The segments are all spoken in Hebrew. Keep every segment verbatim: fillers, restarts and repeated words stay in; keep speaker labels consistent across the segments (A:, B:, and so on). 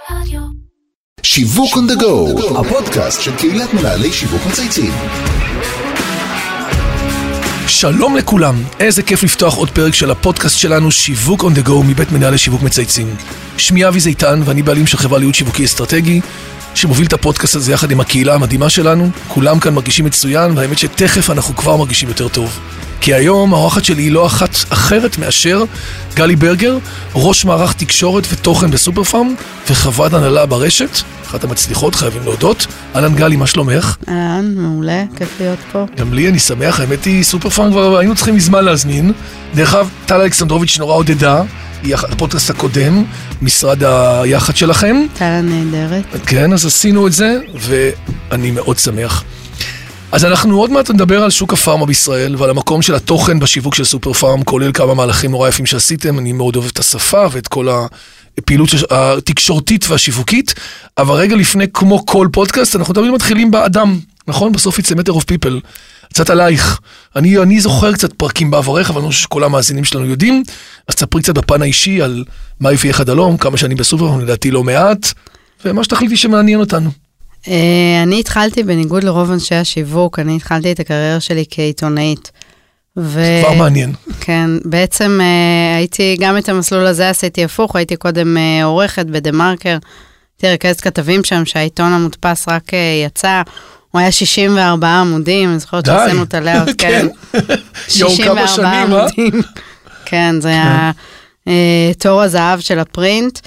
A: שיווק on the go, הפודקאסט של קהילת מנהלי שיווק מצייצים.
B: שלום לכולם, איזה כיף לפתוח עוד פרק של הפודקאסט שלנו, שיווק on the go, מבית מנהלי שיווק מצייצים. שמי אבי זיתן ואני בעלים של חברה לייעוץ שיווקי אסטרטגי, שמוביל את הפודקאסט הזה יחד עם הקהילה המדהימה שלנו. כולם כאן מרגישים מצוין, והאמת שתכף אנחנו כבר מרגישים יותר טוב. כי היום האורחת שלי היא לא אחת אחרת מאשר גלי ברגר, ראש מערך תקשורת ותוכן בסופר פארם, וחברת הנהלה ברשת, אחת המצליחות, חייבים להודות. אהלן גלי, מה שלומך?
C: אהלן, מעולה, כיף להיות פה.
B: גם לי, אני שמח, האמת היא סופר פארם כבר היינו צריכים מזמן להזמין. דרך אגב, טל אלכסנדרוביץ' נורא עודדה, היא הפודקאסט הקודם, משרד היחד שלכם.
C: טל הנהדרת.
B: כן, אז עשינו את זה, ואני מאוד שמח. אז אנחנו עוד מעט נדבר על שוק הפארמה בישראל, ועל המקום של התוכן בשיווק של סופר פארם, כולל כמה מהלכים נורא יפים שעשיתם. אני מאוד אוהב את השפה ואת כל הפעילות התקשורתית והשיווקית, אבל רגע לפני, כמו כל פודקאסט, אנחנו תמיד מתחילים באדם, נכון? בסוף יצא matter of people. קצת עלייך. אני, אני זוכר קצת פרקים בעברך, אבל אני חושב שכל המאזינים שלנו יודעים, אז תספרי קצת בפן האישי על מה יפי אחד הלום, כמה שנים בסופר פארם, לדעתי לא מעט, ומה שתחליטי שמעניין אותנו.
C: אני התחלתי, בניגוד לרוב אנשי השיווק, אני התחלתי את הקריירה שלי כעיתונאית.
B: זה כבר מעניין.
C: כן, בעצם הייתי, גם את המסלול הזה עשיתי הפוך, הייתי קודם עורכת בדה מרקר, הייתי רכזת כתבים שם, שהעיתון המודפס רק יצא, הוא היה שישים וארבעה עמודים, אני זוכרת שעשינו את הלאות, כן. שישים וארבעה עמודים. כן, זה היה תור הזהב של הפרינט.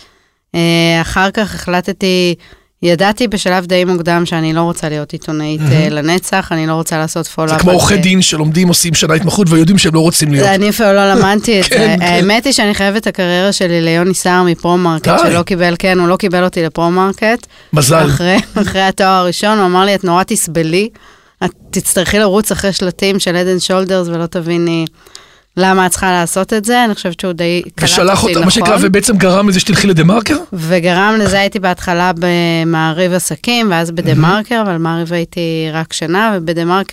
C: אחר כך החלטתי, ידעתי בשלב די מוקדם שאני לא רוצה להיות עיתונאית לנצח, אני לא רוצה לעשות פולאפ.
B: זה כמו עורכי דין שלומדים, עושים שנה התמחות ויודעים שהם לא רוצים להיות.
C: אני אפילו לא למדתי את זה. האמת היא שאני חייבת את הקריירה שלי ליוני סער מפרו-מרקט, שלא קיבל, כן, הוא לא קיבל אותי לפרו-מרקט.
B: מזל.
C: אחרי התואר הראשון, הוא אמר לי, את נורא תסבלי, את תצטרכי לרוץ אחרי שלטים של Head and Shoulders ולא תביני למה את צריכה לעשות את זה. אני חושבת שהוא די קלט אותי נכון.
B: מה שקרה, ובעצם גרם לזה שתלכי לדה מרקר?
C: וגרם לזה, הייתי בהתחלה במעריב עסקים, ואז בדה מרקר, אבל מעריב הייתי רק שנה, ובדה מרקר,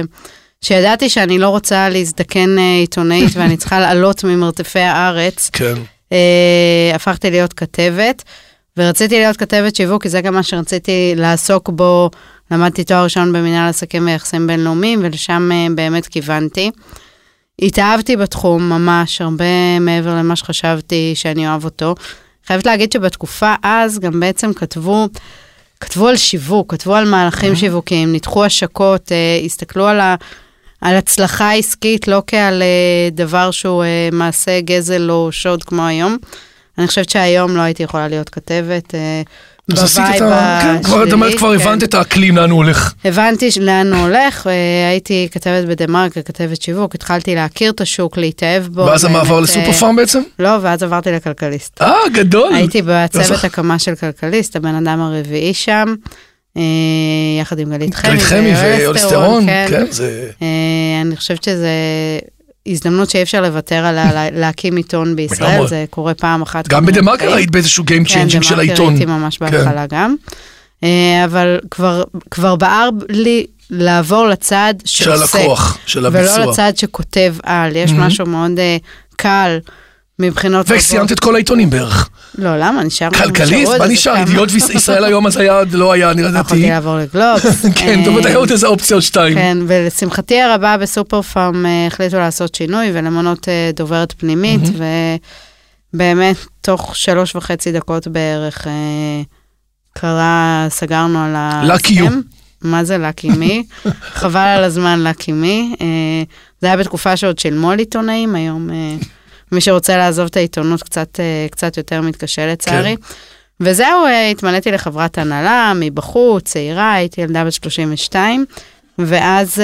C: שידעתי שאני לא רוצה להזדקן עיתונאית, ואני צריכה לעלות ממרתפי הארץ.
B: כן.
C: הפכתי להיות כתבת, ורציתי להיות כתבת שיווק, כי זה גם מה שרציתי לעסוק בו. למדתי תואר ראשון במנהל עסקים ויחסים בינלאומיים, ולשם באמת כיוונתי. התאהבתי בתחום ממש, הרבה מעבר למה שחשבתי שאני אוהב אותו. חייבת להגיד שבתקופה אז גם בעצם כתבו, כתבו על שיווק, כתבו על מהלכים שיווקיים, ניתחו השקות, הסתכלו על, ה, על הצלחה עסקית, לא כעל דבר שהוא מעשה גזל או שוד כמו היום. אני חושבת שהיום לא הייתי יכולה להיות כתבת,
B: אז עשית את ה... כן, כבר, כבר הבנת את האקלים, לאן הוא הולך.
C: הבנתי לאן הוא הולך, הייתי כתבת בדה מרקר, כתבת שיווק, התחלתי להכיר את השוק, להתאהב בו.
B: ואז המעבר לסופר פארם בעצם?
C: לא, ואז עברתי לכלכליסט.
B: אה, גדול.
C: הייתי בצוות הקמה של כלכליסט, הבן אדם הרביעי שם, יחד עם גלית חמי.
B: גלית חמי ואוליסטרון, כן, זה...
C: אני חושבת שזה... הזדמנות שאי אפשר לוותר עליה, להקים עיתון בישראל, זה קורה פעם אחת.
B: גם בדה מרקר היית באיזשהו game changing של העיתון.
C: כן, דה מרקר הייתי ממש בהתחלה גם. אבל כבר בער לי לעבור לצד שעוסק. של הלקוח,
B: של הביצוע.
C: ולא לצד שכותב על. יש משהו מאוד קל מבחינות...
B: וסיימת את כל העיתונים בערך.
C: לא, למה? נשאר...
B: כלכליסט? מה נשאר? ידיעות ישראל היום אז היה, לא היה, נראה דעתי.
C: יכולתי לעבור לגלובס.
B: כן, טוב, היה עוד איזה אופציה או שתיים.
C: כן, ולשמחתי הרבה בסופר פארם החליטו לעשות שינוי ולמנות דוברת פנימית, ובאמת תוך שלוש וחצי דקות בערך קרה, סגרנו על ההסכם. מה זה לקי מי? חבל על הזמן לקי מי. זה היה בתקופה שעוד שילמו על עיתונאים, היום... מי שרוצה לעזוב את העיתונות קצת, קצת יותר מתקשה לצערי. כן. וזהו, התמניתי לחברת הנהלה, מבחוץ, צעירה, הייתי ילדה בת שלושים ושתיים, ואז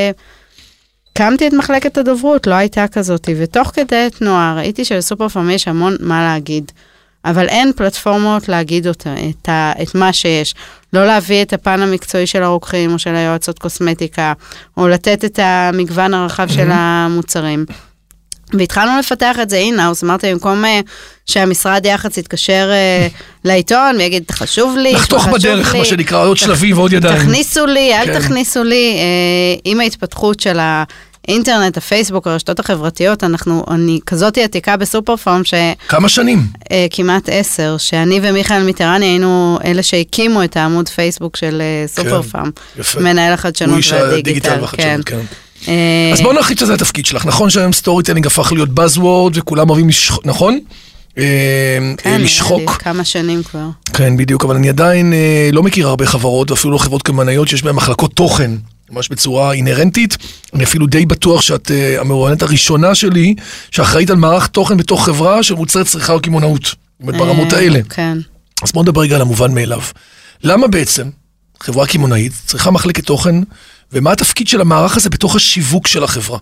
C: קמתי את מחלקת הדוברות, לא הייתה כזאת, ותוך כדי תנועה, ראיתי שלסופר פארם יש המון מה להגיד, אבל אין פלטפורמות להגיד אותה, את, ה, את מה שיש. לא להביא את הפן המקצועי של הרוקחים, או של היועצות קוסמטיקה, או לתת את המגוון הרחב של המוצרים. והתחלנו לפתח את זה אין-האוס, אמרתי, במקום שהמשרד יח"צ יתקשר לעיתון, ויגיד, חשוב לי,
B: לחתוך בדרך, מה שנקרא, עוד שלבים ועוד ידיים.
C: תכניסו לי, אל תכניסו לי, עם ההתפתחות של האינטרנט, הפייסבוק, הרשתות החברתיות, אנחנו, אני כזאת עתיקה בסופר פארם, ש...
B: כמה שנים?
C: אה, כמעט עשר, שאני ומיכאל מיטרני היינו אלה שהקימו את העמוד פייסבוק של אה, סופר פארם.
B: יפה.
C: מנהל החדשנות והדיגיטל.
B: כן. כן. אה... אז בואו נרחיב שזה התפקיד שלך. נכון שהיום סטורי טיילינג הפך להיות Buzzword, וכולם אוהבים לשחוק, נכון?
C: כן,
B: לשחוק.
C: כמה שנים כבר.
B: כן, בדיוק, אבל אני עדיין לא מכיר הרבה חברות, ואפילו לא חברות כמניות שיש בהן מחלקות תוכן, ממש בצורה אינרנטית. אני אפילו די בטוח שאת המרואיינת הראשונה שלי, שאחראית על מערך תוכן בתוך חברה של מוצרי צריכה או קמעונאות, ברמות האלה.
C: כן. אז
B: בואו נדבר רגע על המובן מאליו. למה בעצם חברה קמעונאית צריכה מחלקת תוכן, ומה התפקיד של המערך הזה בתוך השיווק של החברה?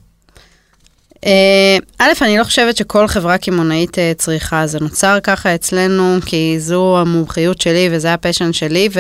C: א', אני לא חושבת שכל חברה קמעונאית צריכה, זה נוצר ככה אצלנו, כי זו המומחיות שלי וזה הפשן שלי,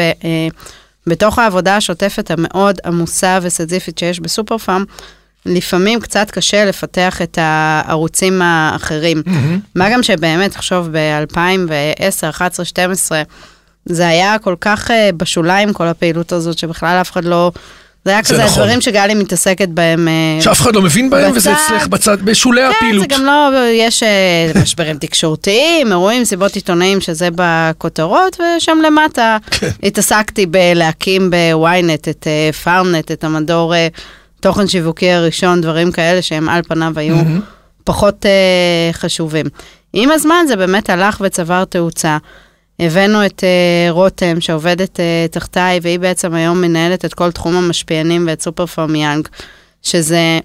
C: ובתוך העבודה השוטפת המאוד עמוסה וסזיפית שיש בסופר פארם, לפעמים קצת קשה לפתח את הערוצים האחרים. מה גם שבאמת, חשוב, ב-אלפיים ועשר, אחת עשרה, שתים עשרה, זה היה כל כך בשוליים כל הפעילות הזאת, שבכלל אף אחד לא... זה היה כזה הדברים שגלי מתעסקת בהם.
B: שאף אחד לא מבין בהם, וזה אצלך בצד, בשולי הפעילות.
C: כן, זה גם לא, יש משברים תקשורתיים, אירועים, סיבות עיתונאים, שזה בכותרות, ושם למטה התעסקתי בלהקים בוויינט את פארמנט, את המדור תוכן שיווקי הראשון, דברים כאלה שהם על פניו היו פחות חשובים. עם הזמן זה באמת הלך וצבר תאוצה. הבאנו את uh, רותם שעובדת uh, תחתיי, והיא בעצם היום מנהלת את כל תחום המשפיענים ואת סופר פארם יאנג, שזה,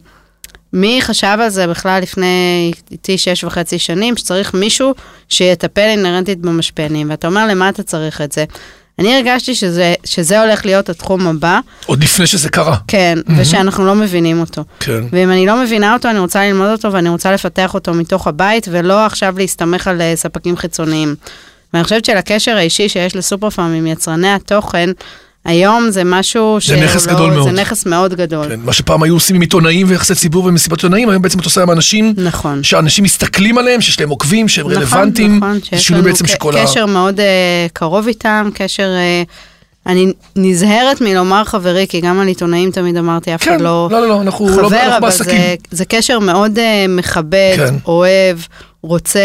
C: מי חשב על זה בכלל לפני איתי שש וחצי שנים, שצריך מישהו שיטפל אינרנטית במשפיענים, ואתה אומר למה אתה צריך את זה? אני הרגשתי שזה, שזה הולך להיות התחום הבא.
B: עוד לפני שזה קרה.
C: כן, mm-hmm. ושאנחנו לא מבינים אותו.
B: כן.
C: ואם אני לא מבינה אותו, אני רוצה ללמוד אותו, ואני רוצה לפתח אותו מתוך הבית, ולא עכשיו להסתמך על ספקים חיצוניים. ואני חושבת שלקשר האישי שיש לסופר פארם עם יצרני התוכן, היום זה משהו
B: זה נכס גדול מאוד.
C: זה נכס מאוד גדול.
B: כן, מה שפעם היו עושים עם עיתונאים ויחסי ציבור ומסיבת עיתונאים, היום בעצם אתה עושה עם אנשים,
C: נכון.
B: שאנשים מסתכלים עליהם, שיש להם עוקבים, שהם
C: נכון,
B: רלוונטיים.
C: נכון, שיש לנו קשר ה... מאוד uh, קרוב איתם, קשר... Uh, אני נזהרת מלומר חברי, כי גם על עיתונאים תמיד אמרתי, אף אחד
B: כן,
C: לא,
B: לא, לא, לא, אנחנו
C: חבר,
B: לא,
C: אבל
B: בעסקים.
C: זה, זה קשר מאוד uh, מכבד, כן. אוהב, רוצה,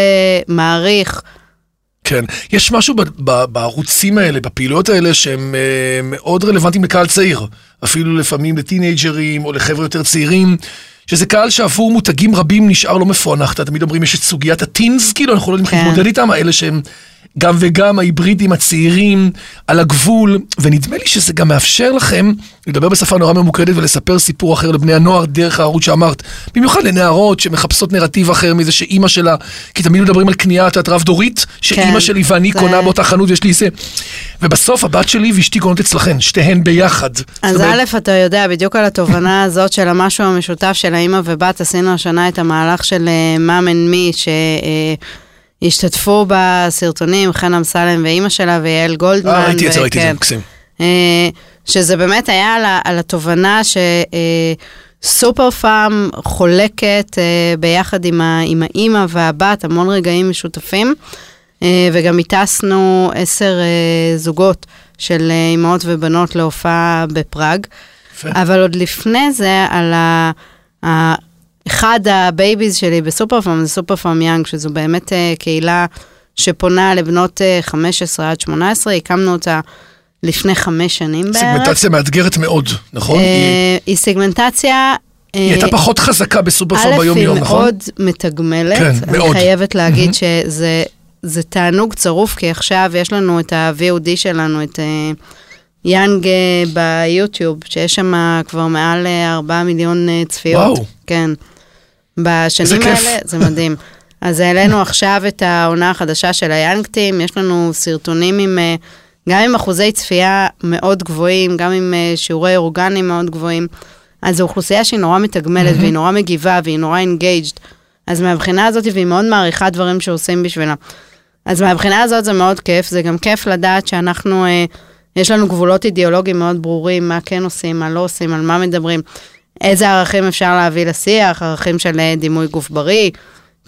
C: מעריך,
B: כן, יש משהו ב- ב- בערוצים האלה, בפעילויות האלה, שהם uh, מאוד רלוונטיים לקהל צעיר, אפילו לפעמים לטינג'רים או לחבר'ה יותר צעירים, שזה קהל שעבור מותגים רבים נשאר לא מפוענח. תמיד אומרים, יש את סוגיית הטינס, כאילו אנחנו לא יודעים איך להתמודד איתם, האלה שהם גם וגם ההיברידים הצעירים על הגבול, ונדמה לי שזה גם מאפשר לכם לדבר בשפה נורא ממוקדת ולספר סיפור אחר לבני הנוער דרך הערוץ שאמרת, במיוחד לנערות שמחפשות נרטיב אחר מזה שאימא שלה, כי תמיד מדברים על קנייה רב דורית, שאימא שלי ואני קונה באותה חנות ויש לי זה, ובסוף הבת שלי ואשתי קונות אצלכן, שתיהן ביחד.
C: אז א', אתה יודע, בדיוק על התובנה הזאת של המשהו המשותף של האימא ובת, עשינו השנה את המהלך של Mom and Me, ש... השתתפו בסרטונים, חן אמסלם ואימא שלה ויעל גולדמן.
B: אה, ראיתי את זה, ראיתי את זה, מקסים.
C: שזה באמת היה על, על התובנה שסופר פארם חולקת ביחד עם, ה, עם האימא והבת, המון רגעים משותפים, וגם הטסנו עשר זוגות של אימהות ובנות להופעה בפראג, אבל עוד לפני זה על ה... ה אחד הבייביז שלי בסופר פארם, זה סופר פארם יאנג, שזו באמת uh, קהילה שפונה לבנות uh, חמש עשרה עד שמונה עשרה, הקמנו אותה לפני חמש שנים בערך.
B: סגמנטציה מאתגרת מאוד, נכון?
C: Uh, היא... היא סגמנטציה...
B: היא uh, הייתה פחות חזקה בסופר פארם ביום יום, נכון?
C: א', היא מאוד מתגמלת, כן, אני מאוד. חייבת להגיד mm-hmm. שזה זה תענוג צרוף, כי עכשיו יש לנו את ה-וי או די שלנו, את... Uh, יאנג ביוטיוב, שיש שם כבר מעל ארבעה מיליון צפיות.
B: וואו.
C: כן. בשנים האלה, זה מדהים. אז העלינו עכשיו את העונה החדשה של היאנג טים, יש לנו סרטונים עם, גם עם אחוזי צפייה מאוד גבוהים, גם עם שיעורי אורגנים מאוד גבוהים. אז זו אוכלוסייה שהיא נורא מתגמלת, והיא נורא מגיבה, והיא נורא אינגייג'ד. אז מהבחינה הזאת, והיא מאוד מעריכה דברים שעושים בשבילה. אז מהבחינה הזאת זה מאוד כיף, זה גם כיף לדעת שאנחנו... יש לנו גבולות אידיאולוגיים מאוד ברורים, מה כן עושים, מה לא עושים, על מה מדברים, איזה ערכים אפשר להביא לשיח, ערכים של דימוי גוף בריא,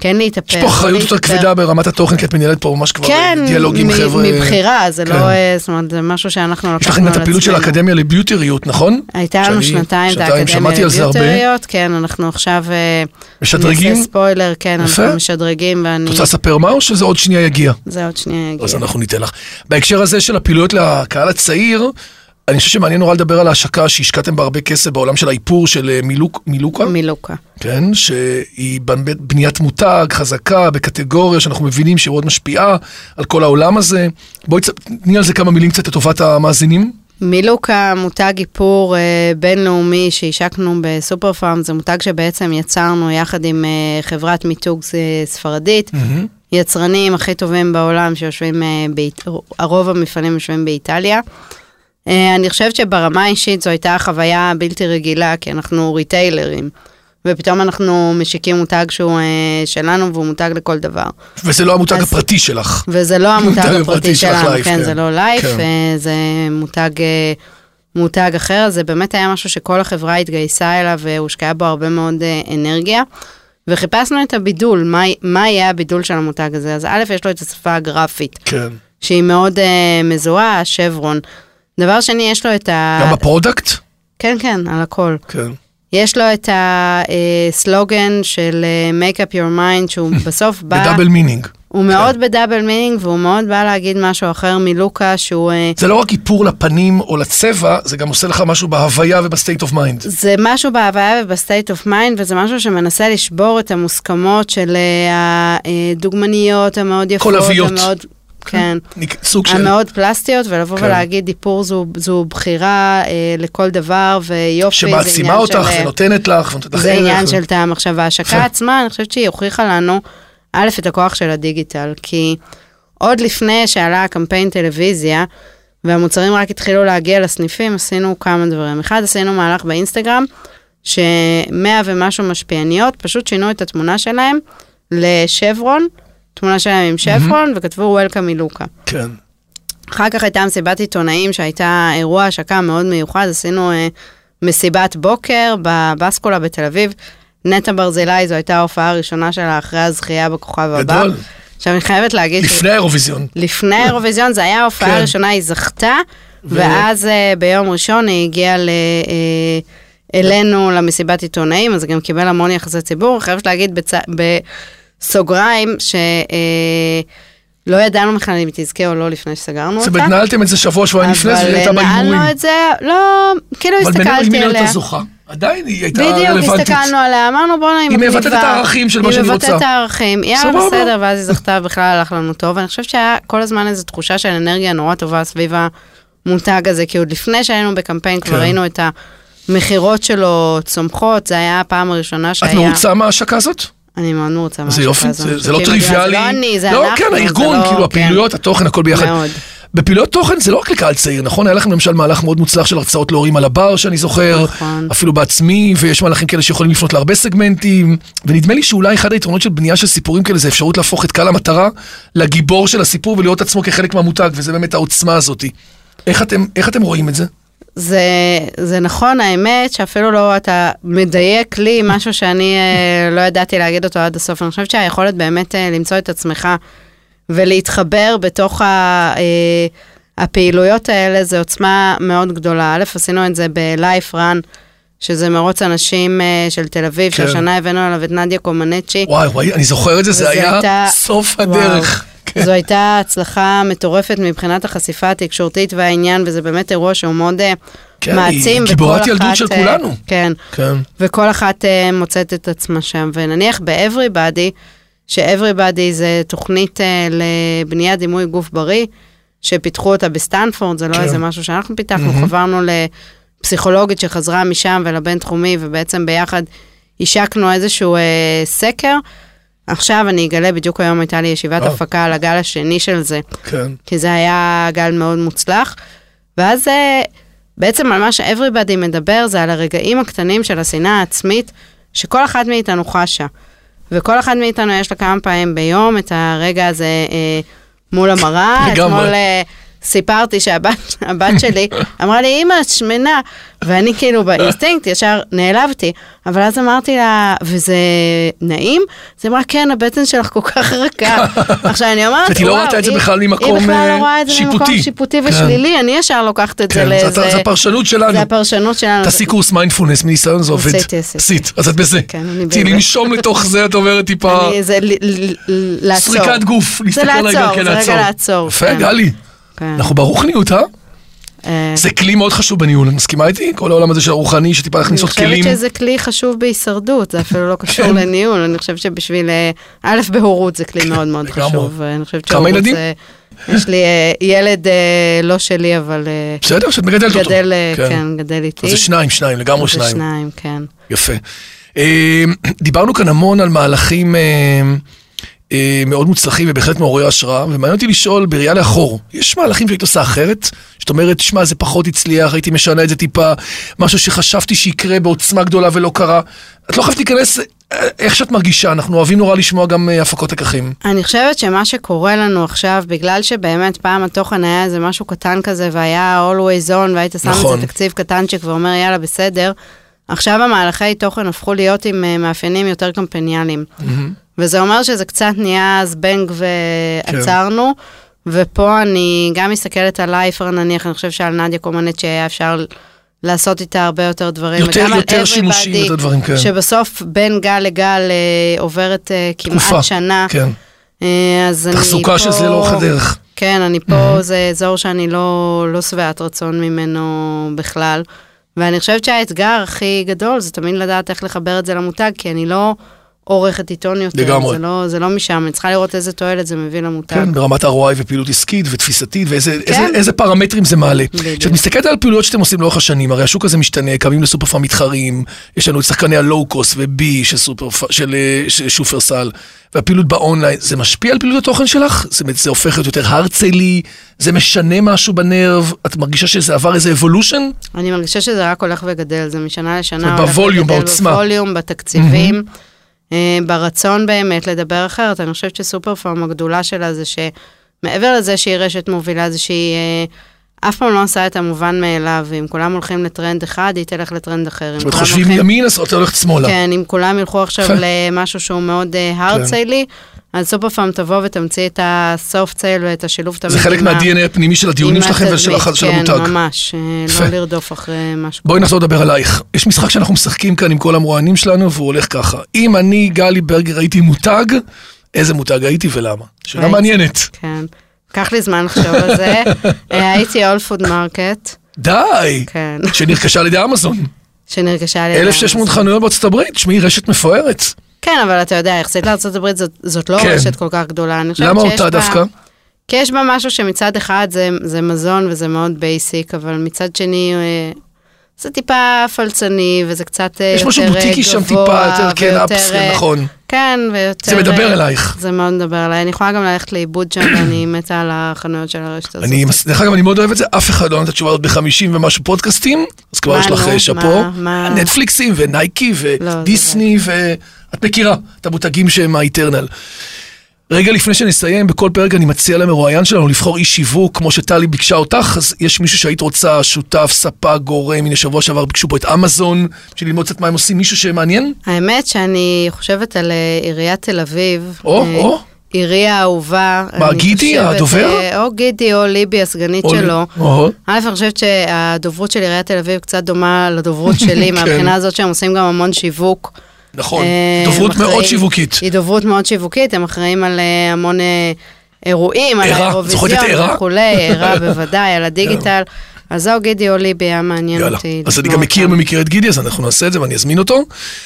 C: כן להתאפר.
B: יש פה אחריות יותר כבדה ברמת התוכן, כי את מנהלת פה ממש כבר דיאלוגים
C: כן,
B: חבר'ה.
C: מבחירה, זה לא, זאת אומרת, זה משהו שאנחנו לקחנו על עצמנו.
B: יש לכם את הפעילות של האקדמיה לביוטריות, נכון?
C: הייתה לנו שנתיים את האקדמיה לביוטריות, כן, אנחנו עכשיו...
B: משדרגים?
C: נעשה ספוילר, כן, אנחנו משדרגים, ואני...
B: את רוצה לספר מה, או שזה עוד שנייה יגיע?
C: זה עוד שנייה יגיע.
B: אז אנחנו ניתן לך. בהקשר הזה של הפעילויות לקהל הצעיר, אני חושב שמעניין נורא לדבר על ההשקה שהשקעתם בה הרבה כסף בעולם של האיפור של מילוק, מילוקה.
C: מילוקה.
B: כן, שהיא בניית מותג, חזקה, בקטגוריה שאנחנו מבינים שהיא מאוד משפיעה על כל העולם הזה. בואי תני על זה כמה מילים קצת לטובת המאזינים.
C: מילוקה, מותג איפור אה, בינלאומי שהשקנו בסופר פארם, זה מותג שבעצם יצרנו יחד עם אה, חברת מיתוג ספרדית, mm-hmm. יצרנים הכי טובים בעולם שיושבים, אה, בית, הרוב המפעלים יושבים באיטליה. אני חושבת שברמה האישית זו הייתה חוויה בלתי רגילה, כי אנחנו ריטיילרים, ופתאום אנחנו משיקים מותג שהוא שלנו, והוא מותג לכל דבר.
B: וזה לא המותג הפרטי שלך.
C: וזה לא המותג הפרטי שלנו, כן, זה לא לייף, זה מותג, מותג אחר, זה באמת היה משהו שכל החברה התגייסה אליו, והושקעה בו הרבה מאוד אנרגיה, וחיפשנו את הבידול, מה, מה יהיה הבידול של המותג הזה? אז א', יש לו את השפה הגרפית, כן. שהיא מאוד מזוהה, שברון, דבר שני, יש לו את ה...
B: גם בפרודקט?
C: כן, כן, על הכל.
B: כן.
C: יש לו את הסלוגן של make up your mind, שהוא בסוף בא...
B: בדאבל מינינג.
C: הוא מאוד בדאבל מינינג, והוא מאוד בא להגיד משהו אחר מלוקה, שהוא...
B: זה לא רק איפור לפנים או לצבע, זה גם עושה לך משהו בהוויה ובסטייט אוף מיינד.
C: זה משהו בהוויה ובסטייט אוף מיינד, וזה משהו שמנסה לשבור את המוסכמות של הדוגמניות המאוד יפות.
B: קולביות.
C: המאוד... כן,
B: סוג של...
C: המאוד פלסטיות, ולבוא כן. ולהגיד, דיפור זו, זו בחירה אה, לכל דבר, ויופי,
B: שמעצימה אותך של... ונותנת לך, ונותנת לך
C: זה עניין של טעם. עכשיו, ההשקה עצמה, אני חושבת שהיא הוכיחה לנו, א', את הכוח של הדיגיטל, כי עוד לפני שעלה הקמפיין טלוויזיה, והמוצרים רק התחילו להגיע לסניפים, עשינו כמה דברים. אחד, עשינו מהלך באינסטגרם, שמאה ומשהו משפיעניות, פשוט שינו את התמונה שלהם לשברון, תמונה שלהם עם שפרון, וכתבו Welcome מלוקה.
B: כן.
C: אחר כך הייתה מסיבת עיתונאים, שהייתה אירוע השקה מאוד מיוחד, עשינו אה, מסיבת בוקר בבסקולה בתל אביב, נטע ברזילי, זו הייתה ההופעה הראשונה שלה אחרי הזכייה בכוכב הבא. גדול. עכשיו אני חייבת להגיד...
B: לפני האירוויזיון.
C: לפני האירוויזיון, זה היה ההופעה הראשונה, היא זכתה, ואז אה, ביום ראשון היא הגיעה ל... אה, אלינו למסיבת עיתונאים, אז גם קיבל המון יחסי ציבור, חייבת להגיד בצ... ב... סוגריים, שלא ידענו בכלל אם תזכה או לא לפני שסגרנו אותה.
B: זה בנהלתם את זה שבוע שבוע לפני, זה הייתה בהימורים. אבל נהלנו
C: את זה, לא, כאילו הסתכלתי עליה.
B: אבל בינינו היא לא זוכה. עדיין היא הייתה רלוונטית.
C: בדיוק, הסתכלנו עליה, אמרנו בוא נעים.
B: היא מבטאת את הערכים של מה שאני רוצה.
C: היא מבטאת את הערכים, יאללה בסדר, ואז היא זכתה בכלל הלך לנו טוב, ואני חושבת שהיה כל הזמן איזו תחושה של אנרגיה נורא טובה סביב המותג הזה, כי עוד לפני שהיינו בקמפיין כבר ראינו את המחירות שלו צומחות, זה היה הפעם הראשונה שהיה...
B: את מרוצה מההשקה הזאת?
C: אני מאוד מרוצה
B: זה יופי, זה לא טריוויאלי.
C: זה לא אני, זה
B: אנחנו.
C: לא,
B: כן, הארגון, כאילו הפעילויות, התוכן, הכל ביחד. מאוד. בפעילויות תוכן זה לא רק לקהל צעיר, נכון? היה לכם למשל מהלך מאוד מוצלח של הרצאות להורים על הבר, שאני זוכר, אפילו בעצמי, ויש מהלכים כאלה שיכולים לפנות להרבה סגמנטים, ונדמה לי שאולי אחד היתרונות של בנייה של סיפורים כאלה, זה אפשרות להפוך את קהל המטרה לגיבור של הסיפור, ולראות עצמו כחלק מהמותג, וזה באמת העוצמה הזאת. איך אתם, איך אתם רואים את זה?
C: זה, זה נכון, האמת, שאפילו לא אתה מדייק לי משהו שאני לא ידעתי להגיד אותו עד הסוף. אני חושבת שהיכולת באמת למצוא את עצמך ולהתחבר בתוך ה, הפעילויות האלה, זה עוצמה מאוד גדולה. א', עשינו את זה ב-Life Run, שזה מרוץ אנשים של תל אביב, כן. שהשנה הבאנו עליו את נדיה קומנצ'י.
B: וואי, וואי, אני זוכר את זה, זה היה הייתה, סוף הדרך.
C: כן. זו הייתה הצלחה מטורפת מבחינת החשיפה התקשורתית והעניין, וזה באמת אירוע שהוא מאוד כן, מעצים.
B: גיבורת ילדות של כולנו.
C: כן, כן. וכל אחת uh, מוצאת את עצמה שם. ונניח ב-Everybody, ש-Everybody זה תוכנית uh, לבניית דימוי גוף בריא, שפיתחו אותה בסטנפורד, זה לא כן. איזה משהו שאנחנו פיתחנו, mm-hmm. חברנו לפסיכולוגית שחזרה משם ולבין תחומי, ובעצם ביחד השקנו איזשהו uh, סקר, עכשיו אני אגלה, בדיוק היום הייתה לי ישיבת הפקה על הגל השני של זה, כן. כי זה היה גל מאוד מוצלח, ואז בעצם על מה ש-Everybody מדבר, זה על הרגעים הקטנים של השנאה העצמית, שכל אחד מאיתנו חשה, וכל אחד מאיתנו יש לה כמה פעמים ביום, את הרגע הזה אה, מול המראה, אתמול אה, סיפרתי שהבת הבת שלי אמרה לי, אמא, את שמנה, ואני כאילו באינסטינקט ישר נעלבתי, אבל אז אמרתי לה, וזה נעים? אז היא אמרה, כן, הבטן שלך כל כך רכה. עכשיו אני אומרת,
B: היא לא ראתה את זה בכלל ממקום שיפוטי.
C: היא בכלל לא רואה את זה ממקום שיפוטי ושלילי, אני ישר לוקחת את זה לאיזה...
B: זה הפרשנות שלנו.
C: זה הפרשנות שלנו.
B: תעשי קורס מיינדפולנס, מניסיון זה עובד.
C: עשיתי, עשיתי.
B: עשית, אז את בזה.
C: כן, אני בזה.
B: תהי לנשום לתוך זה, את עוברת טיפה...
C: זה לעצור.
B: סריקת גוף, להסתכל רגע, כן,
C: לעצור. זה רגע לעצור.
B: יפה, גלי. אנחנו ברוחניות, אה? זה כלי מאוד חשוב בניהול, אני מסכימה איתי? כל העולם הזה של הרוחני, שטיפה להכניס עוד כלים.
C: אני חושבת שזה כלי חשוב בהישרדות, זה אפילו לא קשור לניהול, אני חושבת שבשביל, א', בהורות זה כלי מאוד מאוד חשוב.
B: כמה ילדים?
C: יש לי ילד לא שלי, אבל...
B: בסדר, שאת מגדלת אותו.
C: גדל, כן, גדל איתי.
B: זה שניים, שניים, לגמרי שניים.
C: זה שניים, כן.
B: יפה. דיברנו כאן המון על מהלכים... מאוד מוצלחים ובהחלט מעוררי השראה, ומעניין אותי לשאול בראייה לאחור, יש מהלכים שהיית עושה אחרת? זאת אומרת, שמע, זה פחות הצליח, הייתי משנה את זה טיפה, משהו שחשבתי שיקרה בעוצמה גדולה ולא קרה. את לא חייבת להיכנס, איך שאת מרגישה, אנחנו אוהבים נורא לשמוע גם הפקות לקחים.
C: אני חושבת שמה שקורה לנו עכשיו, בגלל שבאמת פעם התוכן היה איזה משהו קטן כזה, והיה always on, והיית שם נכון. איזה תקציב קטנצ'ק ואומר, יאללה, בסדר, עכשיו המהלכי תוכן הפכו להיות עם מאפיינים יותר קמפניאליים. Mm-hmm. וזה אומר שזה קצת נהיה זבנג ועצרנו, כן. ופה אני גם מסתכלת על לייפר נניח, אני חושב שעל נדיה קומנט שהיה אפשר לעשות איתה הרבה יותר דברים.
B: יותר, יותר שימושים, יותר דברים, כן.
C: שבסוף בין גל לגל אה, עוברת אה, כמעט תקופה, שנה.
B: כן.
C: אה, אז
B: תחזוקה
C: אני
B: פה... שזה לא אורך הדרך.
C: כן, אני פה, mm-hmm. זה אזור שאני לא, לא שבעת רצון ממנו בכלל. ואני חושבת שהאתגר הכי גדול, זה תמיד לדעת איך לחבר את זה למותג, כי אני לא... עורכת עיתון יותר, זה לא, זה לא משם, אני צריכה לראות איזה תועלת זה מביא למותג.
B: כן, ברמת ה-אר או איי ופעילות עסקית ותפיסתית, ואיזה כן. איזה, איזה פרמטרים זה מעלה. כשאת מסתכלת על פעילויות שאתם עושים לאורך השנים, הרי השוק הזה משתנה, קמים לסופרפארם מתחרים, יש לנו את שחקני הלואו-קוסט ובי של, של, של שופרסל, והפעילות באונליין, זה משפיע על פעילות התוכן שלך? זה, זה הופך להיות יותר הרצלי, זה משנה משהו בנרב, את מרגישה שזה עבר איזה אבולושן?
C: אני מרגישה שזה רק הולך וגדל, זה משנה לשנה,
B: בווליום, בעוצמה.
C: בווליום, בתקציבים. ברצון באמת לדבר אחרת, אני חושבת שסופרפארם הגדולה שלה זה שמעבר לזה שהיא רשת מובילה, זה שהיא אף פעם לא עושה את המובן מאליו, ואם כולם הולכים לטרנד אחד, היא תלך לטרנד אחר.
B: זאת אומרת, חושבים ימין, אז אתה הולכת שמאלה.
C: כן, אם כולם ילכו עכשיו למשהו שהוא מאוד הרציילי, אז סופרפארם תבוא ותמציא את הסופט סייל ואת השילוב תמיד.
B: זה חלק מה-די אן איי הפנימי של הדיונים שלכם ושל המותג.
C: כן, ממש, לא לרדוף אחרי משהו.
B: בואי נחזור לדבר עלייך. יש משחק שאנחנו משחקים כאן עם כל המרואיינים שלנו, והוא הולך ככה. אם אני, גלי ברגר, הייתי מותג, איזה מותג הייתי ולמה? שאלה מעניינת.
C: כן. קח לי זמן לחשוב על זה. הייתי אול פוד מרקט.
B: די!
C: כן.
B: שנרכשה על ידי אמזון.
C: שנרכשה על ידי אמזון.
B: אלף ושש מאות חנויות בארצות הברית, שמי רשת מפוארת.
C: כן, אבל אתה יודע, יחסית לארצות הברית זאת, זאת לא כן. רשת כל כך גדולה.
B: למה אותה דווקא?
C: בה, כי יש בה משהו שמצד אחד זה, זה מזון וזה מאוד בייסיק, אבל מצד שני זה טיפה פלצני וזה קצת יותר גבוה.
B: יש משהו בוטיקי שם טיפה יותר, כן, אפסקל, נכון.
C: כן, ויותר...
B: זה מדבר אלייך.
C: זה מאוד מדבר אליי. אני יכולה גם ללכת לאיבוד שם, ואני מתה על החנויות של הרשת הזאת.
B: אני, דרך אגב, אני מאוד אוהב את זה, אף אחד לא נתת תשובה עוד ב-חמישים ומשהו פודקאסטים, אז כבר יש לך שפו, נטפליקסים ונייקי ודיסני, ואת מכירה את המותגים שהם האיטרנל. רגע לפני שנסיים, בכל פרק אני מציע למרואיין שלנו לבחור איש שיווק, כמו שטלי ביקשה אותך, אז יש מישהו שהיית רוצה, שותף, ספק, גורם, הנה שבוע שעבר ביקשו פה את אמזון, בשביל ללמוד קצת מה הם עושים, מישהו שמעניין?
C: האמת שאני חושבת על עיריית תל אביב.
B: או, או.
C: עירייה האהובה.
B: מה, גידי, הדובר?
C: או גידי או ליבי, הסגנית שלו. א', אני חושבת שהדוברות של עיריית תל אביב קצת דומה לדוברות שלי, מהבחינה הזאת שהם עושים גם המון שיווק.
B: נכון, דוברות מאוד שיווקית.
C: היא דוברות מאוד שיווקית, הם אחראים על המון אירועים, על האירוויזיון וכולי, ערה בוודאי, על הדיגיטל. אז זהו גידי או ליבי, היה מעניין אותי.
B: אז אני גם מכיר במכיר את גידי, אז אנחנו נעשה את זה ואני אזמין אותו.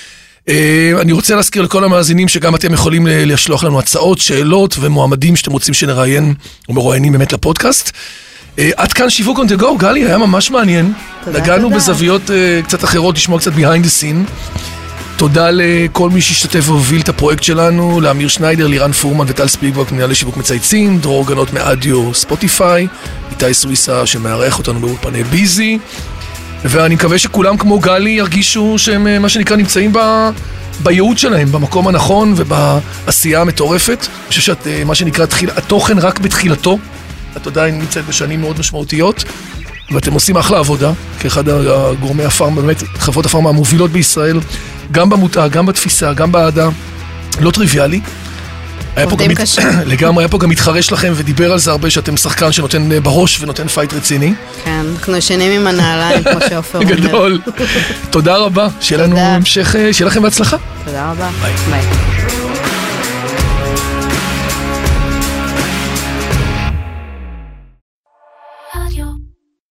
B: אני רוצה להזכיר לכל המאזינים שגם אתם יכולים לשלוח לנו הצעות, שאלות ומועמדים שאתם רוצים שנראיין ומרואיינים באמת לפודקאסט. עד כאן שיווק on the go, גלי, היה ממש מעניין. נגענו בזוויות קצת אחרות, לשמוע קצת behind the scene. תודה לכל מי שהשתתף והוביל את הפרויקט שלנו, לאמיר שניידר, לירן פורמן וטל ספיגבוק, מנהל לשיווק מצייצים, דרור גנות מאדיו ספוטיפיי, איתי סוויסה שמארח אותנו באולפני ביזי, ואני מקווה שכולם כמו גלי ירגישו שהם מה שנקרא נמצאים ב... בייעוד שלהם, במקום הנכון ובעשייה המטורפת. אני חושב שאת מה שנקרא התוכן רק בתחילתו, את עדיין נמצאת בשנים מאוד משמעותיות, ואתם עושים אחלה עבודה, כאחד הגורמי הפארמה, באמת חברות הפארמה המובילות בישראל, גם במותג, גם בתפיסה, גם בעדה, לא טריוויאלי.
C: עובדים קשה.
B: לגמרי, היה פה גם מתחרש לכם ודיבר על זה הרבה, שאתם שחקן שנותן בראש ונותן פייט רציני.
C: כן, אנחנו ישנים עם הנעליים, כמו שאופר אומר.
B: גדול. תודה רבה, שיהיה לנו המשך, שיהיה לכם בהצלחה.
C: תודה רבה.
B: ביי.
C: ביי.